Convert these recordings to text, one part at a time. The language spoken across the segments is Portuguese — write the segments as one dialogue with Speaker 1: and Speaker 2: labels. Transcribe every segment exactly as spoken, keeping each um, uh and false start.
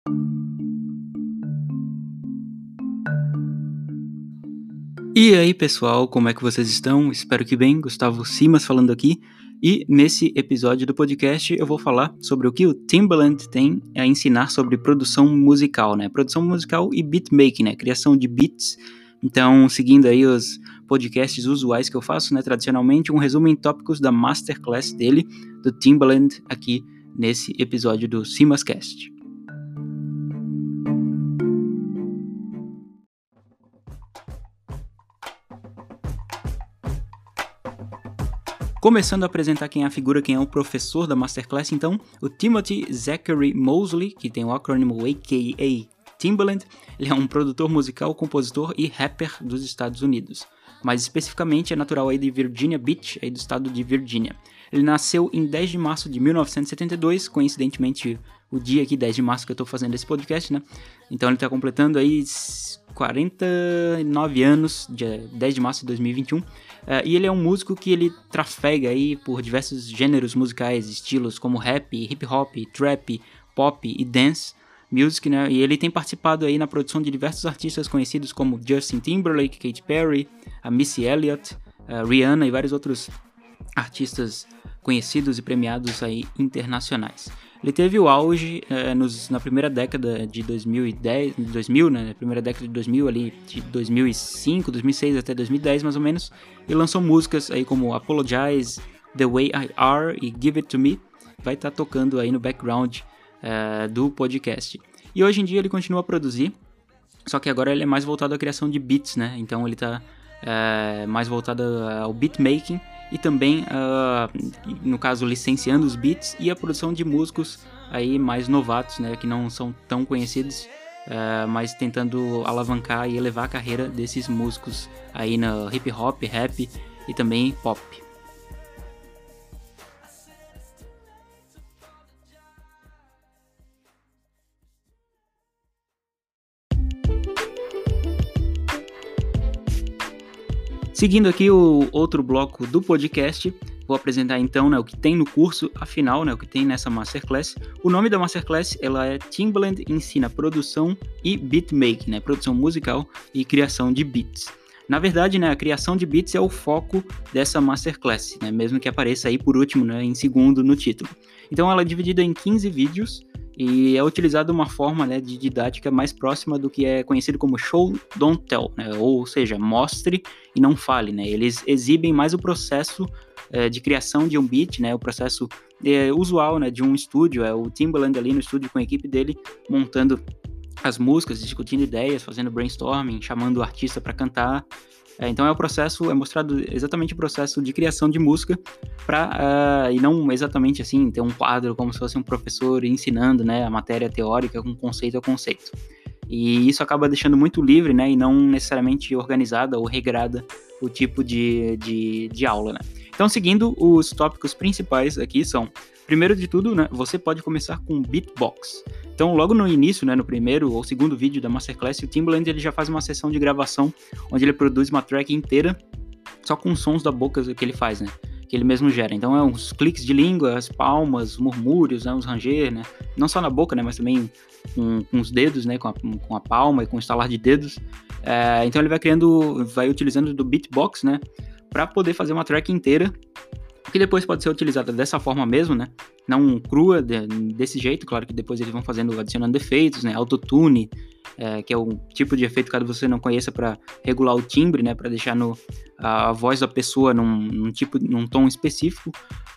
Speaker 1: E aí pessoal, como é que vocês estão? Espero que bem, Gustavo Simas falando aqui. E nesse episódio do podcast eu vou falar sobre o que o Timbaland tem a ensinar sobre produção musical, né? Produção musical e beatmaking, né? Criação de beats. Então, seguindo aí os podcasts usuais que eu faço, né? Tradicionalmente, um resumo em tópicos da Masterclass dele, do Timbaland, aqui nesse episódio do Simascast. Começando a apresentar quem é a figura, quem é o professor da Masterclass, então, o Timothy Zachary Mosley, que tem o acrônimo A K A Timbaland, ele é um produtor musical, compositor e rapper dos Estados Unidos. Mais especificamente, é natural aí de Virginia Beach, aí do estado de Virgínia. Ele nasceu em dez de março de mil novecentos e setenta e dois, coincidentemente o dia aqui, dez de março, que eu tô fazendo esse podcast, né? Então ele tá completando aí quarenta e nove anos, dia dez de março de dois mil e vinte e um. Uh, e ele é um músico que ele trafega aí por diversos gêneros musicais, estilos como rap, hip hop, trap, pop e dance music, né? E ele tem participado aí na produção de diversos artistas conhecidos como Justin Timberlake, Katy Perry, a Missy Elliott, a Rihanna e vários outros artistas conhecidos e premiados aí internacionais. Ele teve o auge eh, nos, na primeira década de dois mil e dez, dois mil, né, na primeira década de dois mil, ali de dois mil e cinco, dois mil e seis até dois mil e dez mais ou menos, e lançou músicas aí como Apologize, The Way I Are e Give It To Me, vai estar tá tocando aí no background eh, do podcast. E hoje em dia ele continua a produzir, só que agora ele é mais voltado à criação de beats, né, então ele está eh, mais voltado ao beatmaking, e também, uh, no caso, licenciando os beats e a produção de músicos aí mais novatos, né, que não são tão conhecidos, uh, mas tentando alavancar e elevar a carreira desses músicos aí no hip hop, rap e também pop. Seguindo aqui o outro bloco do podcast, vou apresentar então, né, o que tem no curso, afinal, né, o que tem nessa Masterclass. O nome da Masterclass ela é Timbaland ensina produção e beatmaking, né, produção musical e criação de beats. Na verdade, né, a criação de beats é o foco dessa Masterclass, né, mesmo que apareça aí por último, né, em segundo no título. Então ela é dividida em quinze vídeos, e é utilizada uma forma, né, de didática mais próxima do que é conhecido como show, don't tell, né, ou seja, mostre e não fale, né, eles exibem mais o processo é, de criação de um beat, né, o processo é, usual, né, de um estúdio, é o Timbaland ali no estúdio com a equipe dele, montando as músicas, discutindo ideias, fazendo brainstorming, chamando o artista para cantar. É, então é o processo, é mostrado exatamente o processo de criação de música para uh, e não exatamente assim ter um quadro como se fosse um professor ensinando, né, a matéria teórica com conceito a conceito. E isso acaba deixando muito livre, né, e não necessariamente organizada ou regrada o tipo de, de, de aula, né. Então, seguindo, os tópicos principais aqui são, primeiro de tudo, né, você pode começar com beatbox. Então, logo no início, né, no primeiro ou segundo vídeo da Masterclass, o Timbaland ele já faz uma sessão de gravação onde ele produz uma track inteira só com sons da boca que ele faz, né, que ele mesmo gera. Então, é uns cliques de língua, as palmas, murmúrios, né, uns ranger, né, não só na boca, né, mas também com, com os dedos, né, com a, com a palma e com o estalar de dedos. É, então, ele vai criando, vai utilizando do beatbox, né, para poder fazer uma track inteira, que depois pode ser utilizada dessa forma mesmo, né? Não crua, de, desse jeito, claro que depois eles vão fazendo, adicionando efeitos, né? Autotune, é, que é um tipo de efeito caso você não conheça para regular o timbre, né? Para deixar no, a, a voz da pessoa num, num, tipo, num tom específico,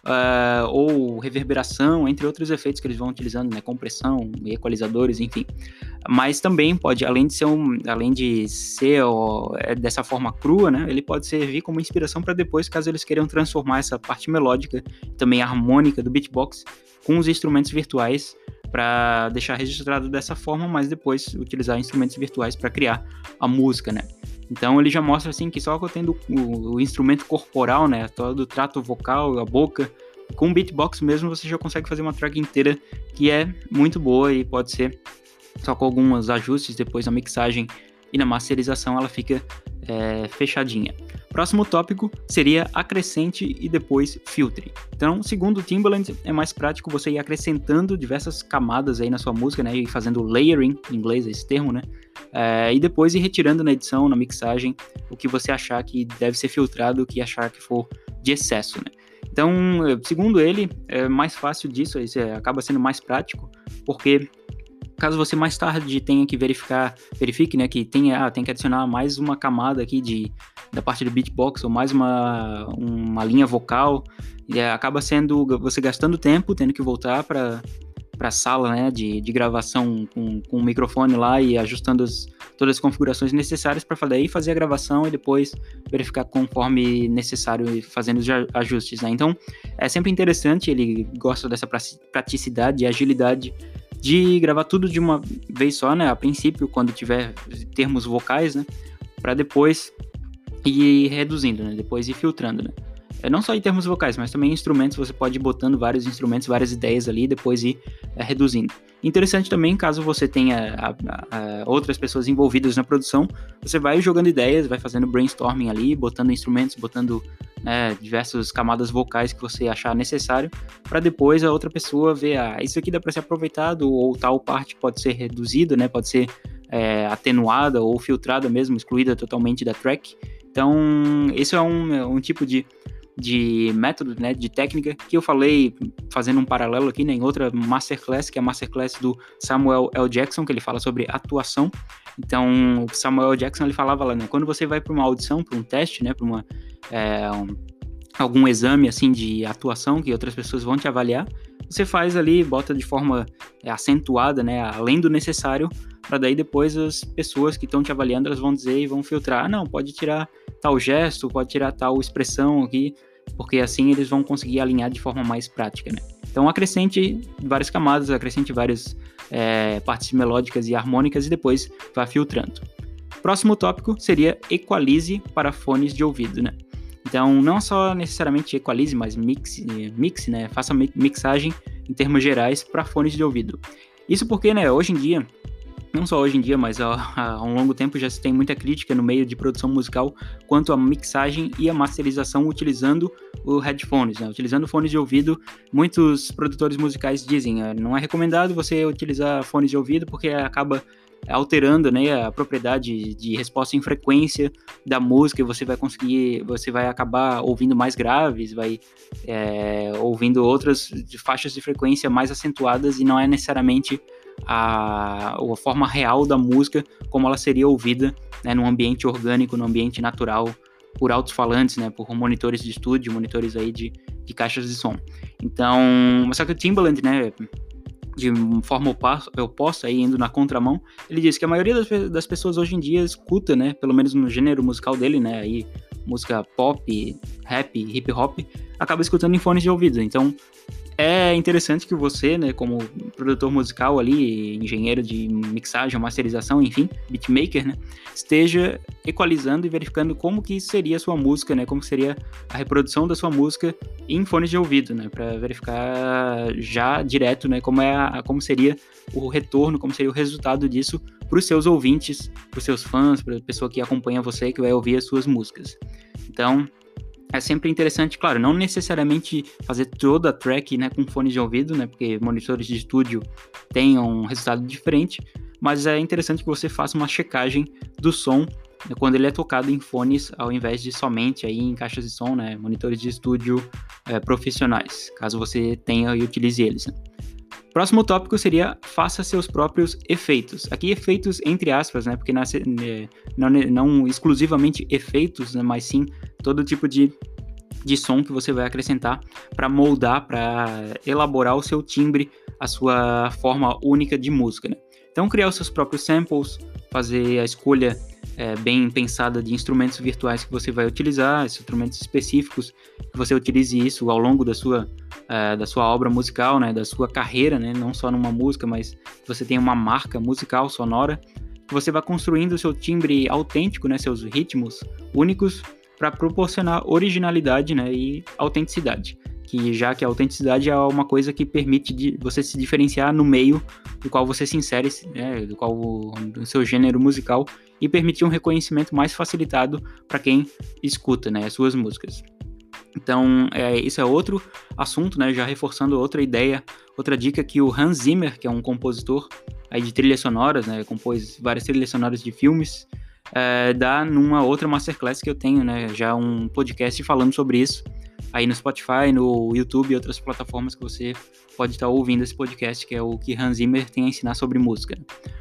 Speaker 1: uh, ou reverberação, entre outros efeitos que eles vão utilizando, né? Compressão, equalizadores, enfim. Mas também pode, além de ser, um, além de ser ó, é dessa forma crua, né? Ele pode servir como inspiração para depois, caso eles queiram transformar essa parte melódica, também harmônica do beatbox, com os instrumentos virtuais para deixar registrado dessa forma, mas depois utilizar instrumentos virtuais para criar a música, né? Então ele já mostra assim que só tendo o, o instrumento corporal, né, todo o trato vocal, a boca, com o beatbox mesmo você já consegue fazer uma track inteira que é muito boa e pode ser só com alguns ajustes depois na mixagem e na masterização ela fica é, fechadinha. Próximo tópico seria acrescente e depois filtre. Então, segundo o Timbaland, é mais prático você ir acrescentando diversas camadas aí na sua música, né, e fazendo layering, em inglês esse termo, né, é, e depois ir retirando na edição, na mixagem, o que você achar que deve ser filtrado, o que achar que for de excesso, né. Então, segundo ele, é mais fácil disso, isso é, acaba sendo mais prático, porque caso você mais tarde tenha que verificar, verifique, né, que tenha, ah, tem que adicionar mais uma camada aqui de, da parte do beatbox, ou mais uma, uma linha vocal, e é, acaba sendo você gastando tempo, tendo que voltar para para a sala, né, de, de gravação com, com o microfone lá e ajustando as, todas as configurações necessárias para daí fazer a gravação e depois verificar conforme necessário e fazendo os ajustes, né? Então, é sempre interessante, ele gosta dessa praticidade e agilidade de gravar tudo de uma vez só, né, a princípio, quando tiver termos vocais, né, para depois ir reduzindo, né, depois ir filtrando, né. É, não só em termos vocais, mas também em instrumentos, você pode ir botando vários instrumentos, várias ideias ali, depois ir é, reduzindo. Interessante também, caso você tenha a, a, a outras pessoas envolvidas na produção, você vai jogando ideias, vai fazendo brainstorming ali, botando instrumentos, botando né, diversas camadas vocais que você achar necessário, para depois a outra pessoa ver, ah, isso aqui dá para ser aproveitado, ou tal parte pode ser reduzida, né, pode ser é, atenuada ou filtrada mesmo, excluída totalmente da track. Então, esse é um, um tipo de de método, né, de técnica, que eu falei fazendo um paralelo aqui, né, em outra Masterclass, que é a Masterclass do Samuel L. Jackson, que ele fala sobre atuação. Então, o Samuel L. Jackson, ele falava lá, né, quando você vai para uma audição, para um teste, né, para uma, é, um, algum exame, assim, de atuação, que outras pessoas vão te avaliar, você faz ali, bota de forma é, acentuada, né, além do necessário, para daí depois as pessoas que estão te avaliando, elas vão dizer e vão filtrar, ah, não, pode tirar tal gesto, pode tirar tal expressão aqui, porque assim eles vão conseguir alinhar de forma mais prática, né? Então acrescente várias camadas, acrescente várias é, partes melódicas e harmônicas e depois vá filtrando. Próximo tópico seria equalize para fones de ouvido, né? Então não só necessariamente equalize, mas mix, mix, né? Faça mixagem em termos gerais para fones de ouvido. Isso porque, né, hoje em dia, não só hoje em dia, mas há, há um longo tempo já se tem muita crítica no meio de produção musical quanto à mixagem e a masterização utilizando o headphones, né? Utilizando fones de ouvido. Muitos produtores musicais dizem, não é recomendado você utilizar fones de ouvido porque acaba alterando, né, a propriedade de resposta em frequência da música e você vai conseguir, você vai acabar ouvindo mais graves, vai é, ouvindo outras faixas de frequência mais acentuadas e não é necessariamente A, a forma real da música como ela seria ouvida, né, num ambiente orgânico, num ambiente natural, por alto-falantes, né, por monitores de estúdio, monitores aí de, de caixas de som. Então, mas só que o Timbaland, né, de forma oposta, aí, indo na contramão, ele diz que a maioria das, das pessoas hoje em dia escuta, né, pelo menos no gênero musical dele, né, aí, música pop, rap, hip hop, acaba escutando em fones de ouvido. Então, é interessante que você, né, como produtor musical ali, engenheiro de mixagem, masterização, enfim, beatmaker, né, esteja equalizando e verificando como que seria a sua música, né, como seria a reprodução da sua música em fones de ouvido, né, para verificar já direto, né, como, é a, como seria o retorno, como seria o resultado disso para os seus ouvintes, para os seus fãs, para a pessoa que acompanha você, que vai ouvir as suas músicas. Então, é sempre interessante, claro, não necessariamente fazer toda a track, né, com fones de ouvido, né, porque monitores de estúdio têm um resultado diferente, mas é interessante que você faça uma checagem do som, né, quando ele é tocado em fones, ao invés de somente aí em caixas de som, né, monitores de estúdio é, profissionais, caso você tenha e utilize eles, né. Próximo tópico seria faça seus próprios efeitos. Aqui efeitos entre aspas, né? Porque não, não exclusivamente efeitos, né, mas sim todo tipo de, de som que você vai acrescentar para moldar, para elaborar o seu timbre, a sua forma única de música, né? Então criar os seus próprios samples, fazer a escolha é, bem pensada de instrumentos virtuais que você vai utilizar, instrumentos específicos, que você utilize isso ao longo da sua Uh, da sua obra musical, né, da sua carreira, né, não só numa música, mas que você tem uma marca musical sonora, que você vai construindo o seu timbre autêntico, né, seus ritmos únicos, para proporcionar originalidade, né, e autenticidade. que já que a autenticidade é uma coisa que permite de você se diferenciar no meio do qual você se insere, né, do qual do seu gênero musical, e permitir um reconhecimento mais facilitado para quem escuta, né, as suas músicas. Então, é, isso é outro assunto, né, já reforçando outra ideia, outra dica que o Hans Zimmer, que é um compositor aí de trilhas sonoras, né, compôs várias trilhas sonoras de filmes, é, dá numa outra masterclass que eu tenho, né, já um podcast falando sobre isso, aí no Spotify, no YouTube e outras plataformas que você pode estar ouvindo esse podcast, que é o que Hans Zimmer tem a ensinar sobre música.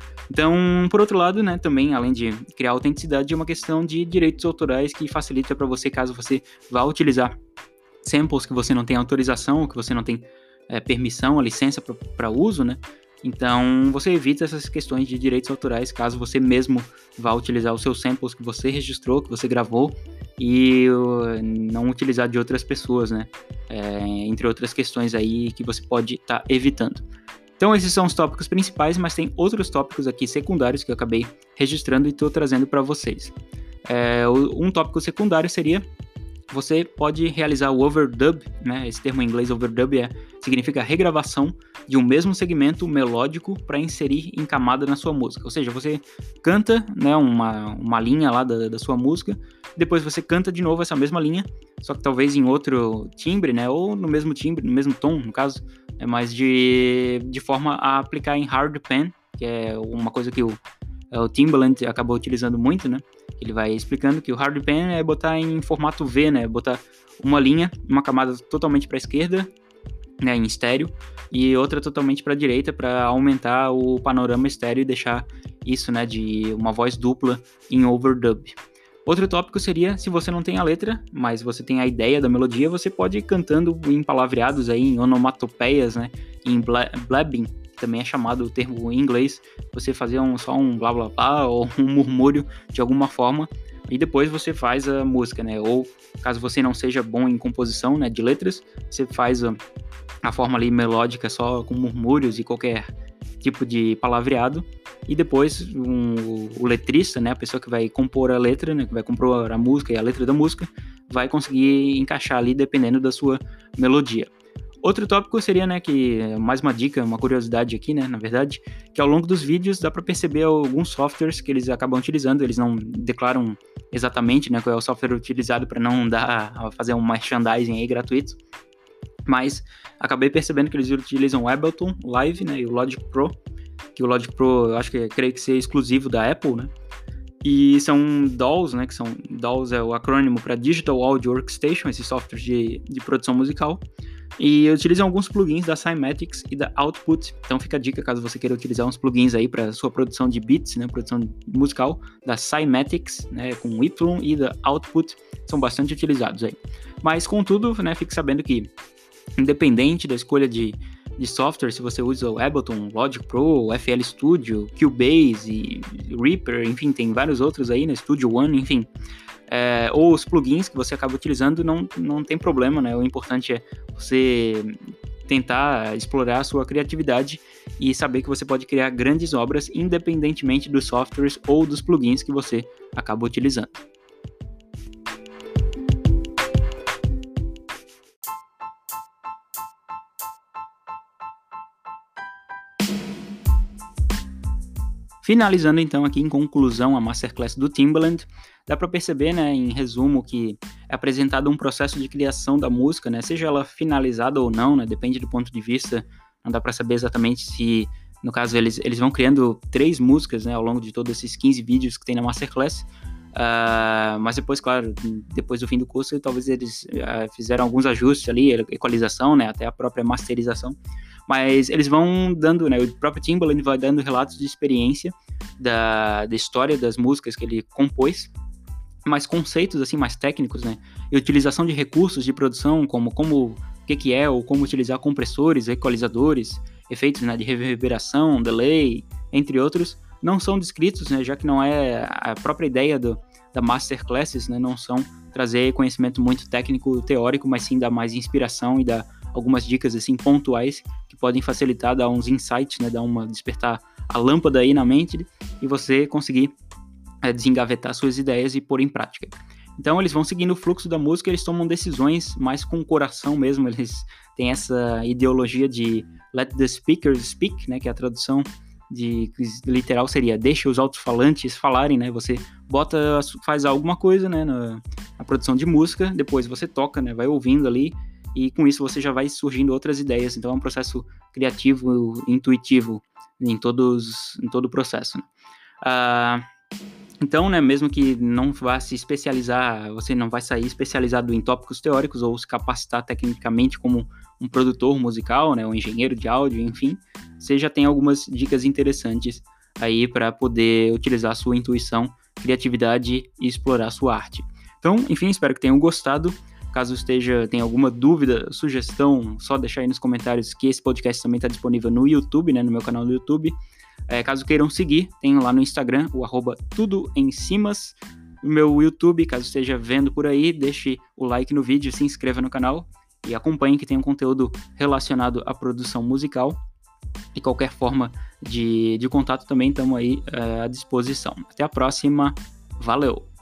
Speaker 1: Então, por outro lado, né, também, além de criar autenticidade, é uma questão de direitos autorais que facilita para você, caso você vá utilizar samples que você não tem autorização, que você não tem é, permissão, a licença para uso, né? Então, você evita essas questões de direitos autorais, caso você mesmo vá utilizar os seus samples que você registrou, que você gravou, e uh, não utilizar de outras pessoas, né? É, entre outras questões aí que você pode estar tá evitando. Então, esses são os tópicos principais, mas tem outros tópicos aqui secundários que eu acabei registrando e estou trazendo para vocês. É, um tópico secundário seria: você pode realizar o overdub, né? Esse termo em inglês, overdub, é, significa regravação de um mesmo segmento melódico para inserir em camada na sua música. Ou seja, você canta, né, uma, uma linha lá da, da sua música, depois você canta de novo essa mesma linha, só que talvez em outro timbre, né? Ou no mesmo timbre, no mesmo tom, no caso, é mais de, de forma a aplicar em hard pan, que é uma coisa que o, o Timbaland acabou utilizando muito, né? Ele vai explicando que o hard pan é botar em formato V, né? Botar uma linha, uma camada totalmente para a esquerda, né, em estéreo, e outra totalmente para a direita, para aumentar o panorama estéreo e deixar isso, né, de uma voz dupla em overdub. Outro tópico seria: se você não tem a letra, mas você tem a ideia da melodia, você pode ir cantando em palavreados, aí, em onomatopeias, né, em bla- blabbing, que também é chamado o termo em inglês, você fazer um, só um blá blá blá ou um murmúrio de alguma forma, e depois você faz a música, né, ou caso você não seja bom em composição, né, de letras, você faz a, a forma ali melódica só com murmúrios e qualquer tipo de palavreado, e depois um, o letrista, né, a pessoa que vai compor a letra, né, que vai compor a música e a letra da música, vai conseguir encaixar ali dependendo da sua melodia. Outro tópico seria, né, que mais uma dica, uma curiosidade aqui, né, na verdade, que ao longo dos vídeos dá para perceber alguns softwares que eles acabam utilizando, eles não declaram exatamente, né, qual é o software utilizado para não dar a fazer um merchandising aí gratuito, mas acabei percebendo que eles utilizam o Ableton Live, né, e o Logic Pro, que o Logic Pro eu acho que creio que seja exclusivo da Apple, né, e são D A Ws, né, que são D A Ws é o acrônimo para Digital Audio Workstation, esse software de, de produção musical, e utilizam alguns plugins da Cymatics e da Output. Então fica a dica caso você queira utilizar uns plugins aí para sua produção de beats, né, produção musical, da Cymatics, né, com Y, e da Output, são bastante utilizados aí. Mas contudo, né, fique sabendo que independente da escolha de, de software, se você usa o Ableton, Logic Pro, F L Studio, Cubase, e Reaper, enfim, tem vários outros aí, né, Studio One, enfim, é, ou os plugins que você acaba utilizando, não, não tem problema, né, o importante é você tentar explorar a sua criatividade e saber que você pode criar grandes obras independentemente dos softwares ou dos plugins que você acaba utilizando. Finalizando então aqui em conclusão a Masterclass do Timbaland, dá para perceber, né, em resumo, que é apresentado um processo de criação da música, né, seja ela finalizada ou não, né, depende do ponto de vista, não dá para saber exatamente se, no caso, eles, eles vão criando três músicas, né, ao longo de todos esses quinze vídeos que tem na Masterclass, uh, mas depois, claro, depois do fim do curso, talvez eles uh, fizeram alguns ajustes ali, equalização, né, até a própria masterização, mas eles vão dando, né, o próprio Timbaland vai dando relatos de experiência da, da história das músicas que ele compôs, mais conceitos assim mais técnicos, né, e utilização de recursos de produção, como, como o que, que é, ou como utilizar compressores, equalizadores, efeitos, né, de reverberação, delay, entre outros, não são descritos, né, já que não é a própria ideia do, da Masterclasses, né, não são trazer conhecimento muito técnico, teórico, mas sim dar mais inspiração e dar algumas dicas assim pontuais que podem facilitar, dar uns insights, né, dar uma, despertar a lâmpada aí na mente e você conseguir é, desengavetar suas ideias e pôr em prática. Então eles vão seguindo o fluxo da música, eles tomam decisões mais com o coração mesmo, eles têm essa ideologia de let the speakers speak, né, que é a tradução de literal seria deixa os alto-falantes falarem, né, você bota, faz alguma coisa, né, na, na produção de música, depois você toca, né, vai ouvindo ali, e com isso você já vai surgindo outras ideias, então é um processo criativo, intuitivo em, todos, em todo o processo. Né? Ah, então, né, mesmo que não vá se especializar, você não vai sair especializado em tópicos teóricos ou se capacitar tecnicamente como um produtor musical, né, um engenheiro de áudio, enfim, você já tem algumas dicas interessantes aí para poder utilizar a sua intuição, criatividade e explorar a sua arte. Então, enfim, espero que tenham gostado. Caso esteja, tenha alguma dúvida, sugestão, só deixar aí nos comentários que esse podcast também está disponível no YouTube, né, no meu canal do YouTube. É, caso queiram seguir, tenho lá no Instagram, o arroba tudo em cimas. No meu YouTube, caso esteja vendo por aí, deixe o like no vídeo, se inscreva no canal e acompanhe que tem um conteúdo relacionado à produção musical. E qualquer forma de, de contato também estamos aí é, à disposição. Até a próxima, valeu!